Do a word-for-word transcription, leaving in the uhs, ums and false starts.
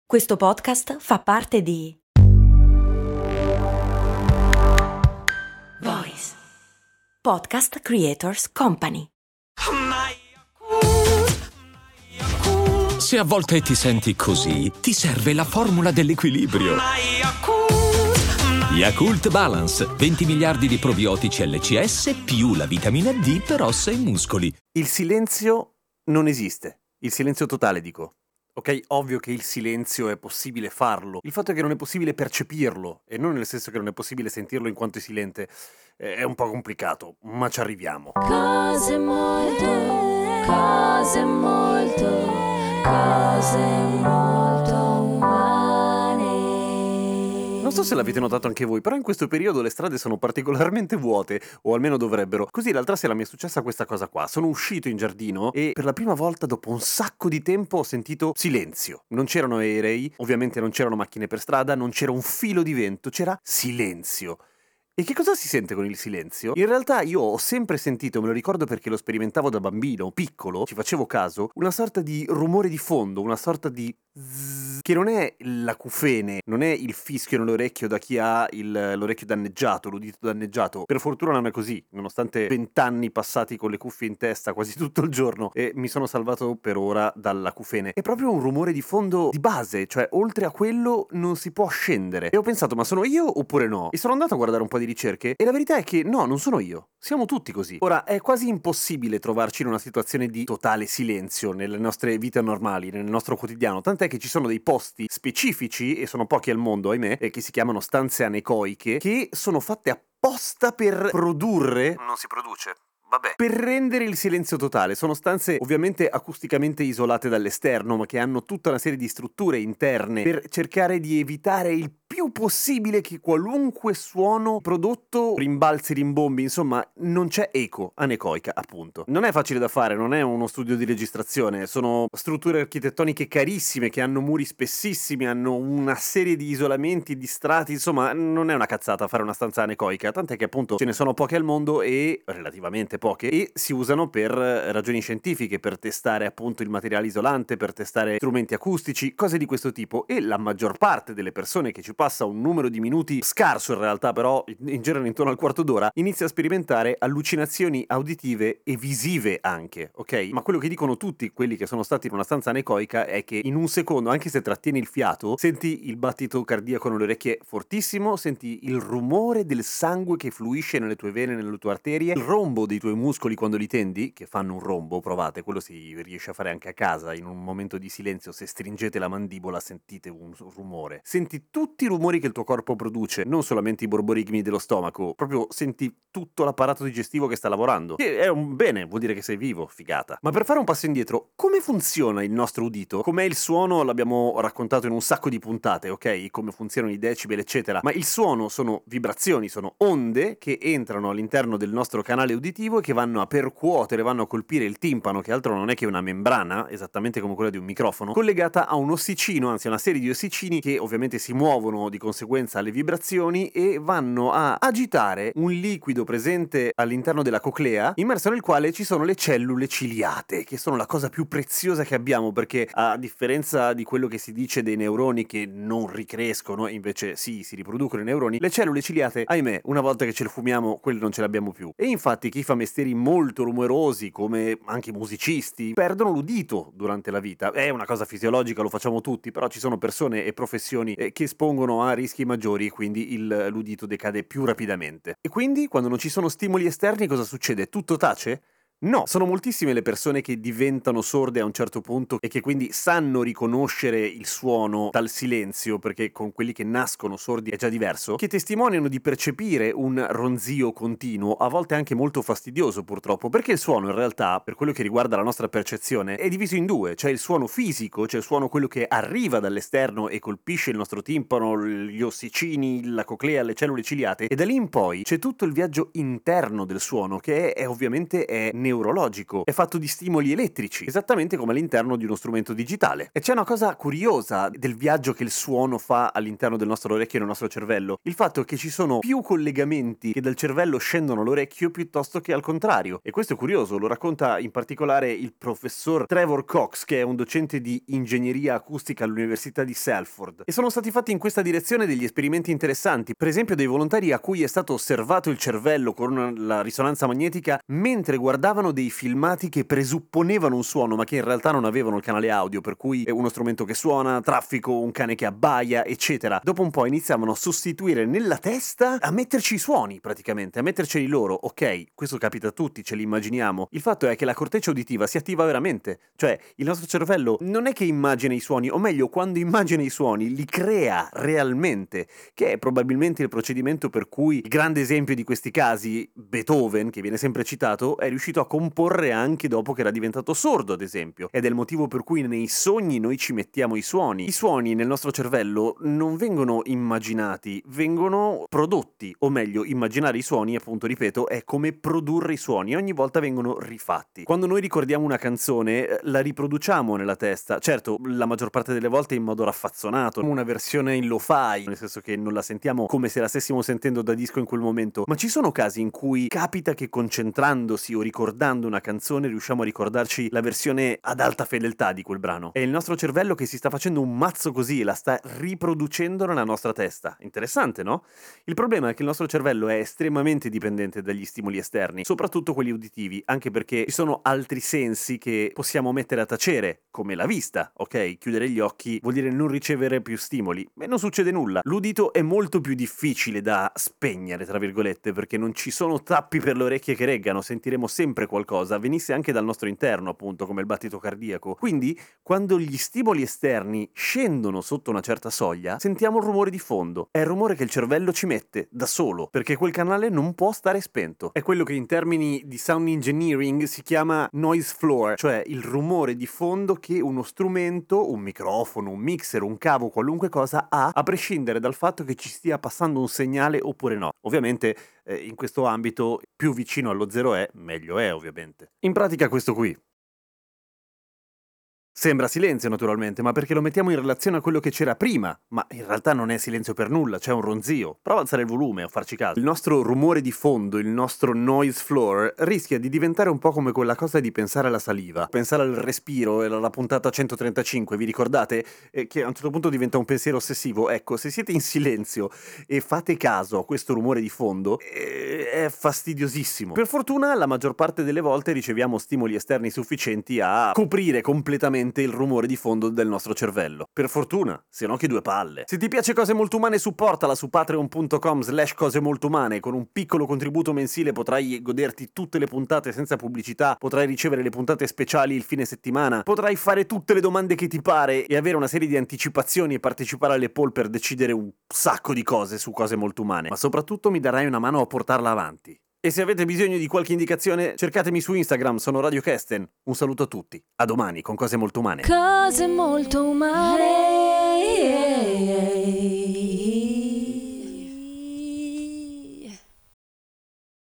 Questo podcast fa parte di Voice Podcast Creators Company. Se a volte ti senti così, ti serve la formula dell'equilibrio. Yakult Balance, venti miliardi di probiotici L C S più la vitamina D per ossa e muscoli. Il silenzio non esiste. Il silenzio totale, dico. Ok, ovvio che il silenzio è possibile farlo. Il fatto è che non è possibile percepirlo, e non nel senso che non è possibile sentirlo in quanto è silente, eh, è un po' complicato, ma ci arriviamo. Cose molto, cose molto, cose molto umane. Non so se l'avete notato anche voi, però in questo periodo le strade sono particolarmente vuote, o almeno dovrebbero. Così l'altra sera mi è successa questa cosa qua. Sono uscito in giardino e per la prima volta dopo un sacco di tempo ho sentito silenzio. Non c'erano aerei, ovviamente non c'erano macchine per strada, non c'era un filo di vento, c'era silenzio. E che cosa si sente con il silenzio? In realtà io ho sempre sentito, me lo ricordo perché lo sperimentavo da bambino, piccolo, ci facevo caso, una sorta di rumore di fondo, una sorta di zzz, che non è l'acufene, non è il fischio nell'orecchio da chi ha il, l'orecchio danneggiato, l'udito danneggiato. Per fortuna non è così, nonostante vent'anni passati con le cuffie in testa quasi tutto il giorno e mi sono salvato per ora dall'acufene. È proprio un rumore di fondo di base, cioè oltre a quello non si può scendere. E ho pensato, ma sono io oppure no? E sono andato a guardare un po' di ricerche e la verità è che no, non sono io. Siamo tutti così. Ora, è quasi impossibile trovarci in una situazione di totale silenzio nelle nostre vite normali, nel nostro quotidiano, tant'è che ci sono dei posti specifici, e sono pochi al mondo, ahimè, eh, che si chiamano stanze anecoiche, che sono fatte apposta per produrre... Non si produce. Vabbè. Per rendere il silenzio totale. Sono stanze ovviamente acusticamente isolate dall'esterno, ma che hanno tutta una serie di strutture interne per cercare di evitare il più possibile che qualunque suono prodotto rimbalzi, rimbombi, insomma non c'è eco anecoica, appunto. Non è facile da fare, non è uno studio di registrazione, sono strutture architettoniche carissime che hanno muri spessissimi, hanno una serie di isolamenti, di strati, insomma non è una cazzata fare una stanza anecoica, tant'è che appunto ce ne sono poche al mondo e relativamente poche, e si usano per ragioni scientifiche, per testare appunto il materiale isolante, per testare strumenti acustici, cose di questo tipo, e la maggior parte delle persone che ci passa un numero di minuti scarso in realtà, però in genere intorno al quarto d'ora, inizia a sperimentare allucinazioni auditive e visive anche, ok? Ma quello che dicono tutti quelli che sono stati in una stanza anecoica è che in un secondo, anche se trattieni il fiato, senti il battito cardiaco nelle orecchie fortissimo, senti il rumore del sangue che fluisce nelle tue vene, nelle tue arterie, il rombo dei tuoi muscoli quando li tendi, che fanno un rombo, provate, quello si riesce a fare anche a casa in un momento di silenzio, se stringete la mandibola sentite un rumore, senti tutti i rumori che il tuo corpo produce, non solamente i borborigmi dello stomaco, proprio senti tutto l'apparato digestivo che sta lavorando, che è un bene, vuol dire che sei vivo, figata. Ma per fare un passo indietro, come funziona il nostro udito? Com'è il suono l'abbiamo raccontato in un sacco di puntate, ok? Come funzionano i decibel eccetera, ma il suono sono vibrazioni, sono onde che entrano all'interno del nostro canale uditivo e che vanno a percuotere, vanno a colpire il timpano, che altro non è che una membrana, esattamente come quella di un microfono, collegata a un ossicino, anzi a una serie di ossicini che ovviamente si muovono di conseguenza alle vibrazioni e vanno a agitare un liquido presente all'interno della coclea, immerso nel quale ci sono le cellule ciliate, che sono la cosa più preziosa che abbiamo, perché a differenza di quello che si dice dei neuroni che non ricrescono, invece sì, si riproducono i neuroni, le cellule ciliate, ahimè, una volta che ce le fumiamo, quelle non ce le abbiamo più. E infatti chi fa mestieri molto rumorosi, come anche i musicisti, perdono l'udito durante la vita. È una cosa fisiologica, lo facciamo tutti, però ci sono persone e professioni eh, che espongono a rischi maggiori, quindi il, l'udito decade più rapidamente. E quindi quando non ci sono stimoli esterni cosa succede? Tutto tace? No, sono moltissime le persone che diventano sorde a un certo punto e che quindi sanno riconoscere il suono dal silenzio, perché con quelli che nascono sordi è già diverso, che testimoniano di percepire un ronzio continuo, a volte anche molto fastidioso purtroppo, perché il suono in realtà, per quello che riguarda la nostra percezione, è diviso in due, c'è il suono fisico, c'è il suono quello che arriva dall'esterno e colpisce il nostro timpano, gli ossicini, la coclea, le cellule ciliate, e da lì in poi c'è tutto il viaggio interno del suono, che è, è ovviamente è neurologico, è fatto di stimoli elettrici, esattamente come all'interno di uno strumento digitale. E c'è una cosa curiosa del viaggio che il suono fa all'interno del nostro orecchio e del nostro cervello, il fatto che ci sono più collegamenti che dal cervello scendono all'orecchio piuttosto che al contrario. E questo è curioso, lo racconta in particolare il professor Trevor Cox, che è un docente di ingegneria acustica all'Università di Salford. E sono stati fatti in questa direzione degli esperimenti interessanti, per esempio dei volontari a cui è stato osservato il cervello con una, la risonanza magnetica mentre guardavano dei filmati che presupponevano un suono ma che in realtà non avevano il canale audio, per cui è uno strumento che suona, traffico, un cane che abbaia, eccetera. Dopo un po' iniziavano a sostituire nella testa, a metterci i suoni praticamente, a metterceli loro. Ok, questo capita a tutti, ce li immaginiamo. Il fatto è che la corteccia uditiva si attiva veramente, cioè il nostro cervello non è che immagina i suoni, o meglio, quando immagina i suoni li crea realmente, che è probabilmente il procedimento per cui il grande esempio di questi casi, Beethoven, che viene sempre citato, è riuscito a comporre anche dopo che era diventato sordo, ad esempio. Ed è il motivo per cui nei sogni noi ci mettiamo i suoni. I suoni nel nostro cervello non vengono immaginati, vengono prodotti, o meglio, immaginare i suoni, appunto, ripeto, è come produrre i suoni, ogni volta vengono rifatti. Quando noi ricordiamo una canzone, la riproduciamo nella testa, certo, la maggior parte delle volte in modo raffazzonato, una versione in lo-fi, nel senso che non la sentiamo come se la stessimo sentendo da disco in quel momento, ma ci sono casi in cui capita che concentrandosi o ricordando una canzone riusciamo a ricordarci la versione ad alta fedeltà di quel brano. È il nostro cervello che si sta facendo un mazzo così e la sta riproducendo nella nostra testa. Interessante, no? Il problema è che il nostro cervello è estremamente dipendente dagli stimoli esterni, soprattutto quelli uditivi, anche perché ci sono altri sensi che possiamo mettere a tacere, come la vista, ok? Chiudere gli occhi vuol dire non ricevere più stimoli e non succede nulla. L'udito è molto più difficile da spegnere, tra virgolette, perché non ci sono tappi per le orecchie che reggano, sentiremo sempre qualcosa, venisse anche dal nostro interno, appunto, come il battito cardiaco. Quindi, quando gli stimoli esterni scendono sotto una certa soglia, sentiamo il rumore di fondo. È il rumore che il cervello ci mette da solo, perché quel canale non può stare spento. È quello che in termini di sound engineering si chiama noise floor, cioè il rumore di fondo che uno strumento, un microfono, un mixer, un cavo, qualunque cosa ha, a prescindere dal fatto che ci stia passando un segnale oppure no. Ovviamente eh, in questo ambito più vicino allo zero è, meglio è ovviamente. In pratica questo qui. Sembra silenzio naturalmente, ma perché lo mettiamo in relazione a quello che c'era prima, ma in realtà non è silenzio per nulla, c'è un ronzio. Prova ad alzare il volume o farci caso. Il nostro rumore di fondo, il nostro noise floor, rischia di diventare un po' come quella cosa di pensare alla saliva, pensare al respiro e alla puntata centotrentacinque, vi ricordate? Eh, che a un certo punto diventa un pensiero ossessivo. Ecco, se siete in silenzio e fate caso a questo rumore di fondo, eh, è fastidiosissimo. Per fortuna la maggior parte delle volte riceviamo stimoli esterni sufficienti a coprire completamente il rumore di fondo del nostro cervello. Per fortuna, se no che due palle. Se ti piace Cose Molto Umane, supportala su patreon punto com slash cose molto umane. Con un piccolo contributo mensile potrai goderti tutte le puntate senza pubblicità, potrai ricevere le puntate speciali il fine settimana, potrai fare tutte le domande che ti pare e avere una serie di anticipazioni e partecipare alle poll per decidere un sacco di cose su Cose Molto Umane. Ma soprattutto mi darai una mano a portarla avanti. E se avete bisogno di qualche indicazione, cercatemi su Instagram, sono Radio Kesten. Un saluto a tutti, a domani con Cose Molto Umane. Cose molto umane.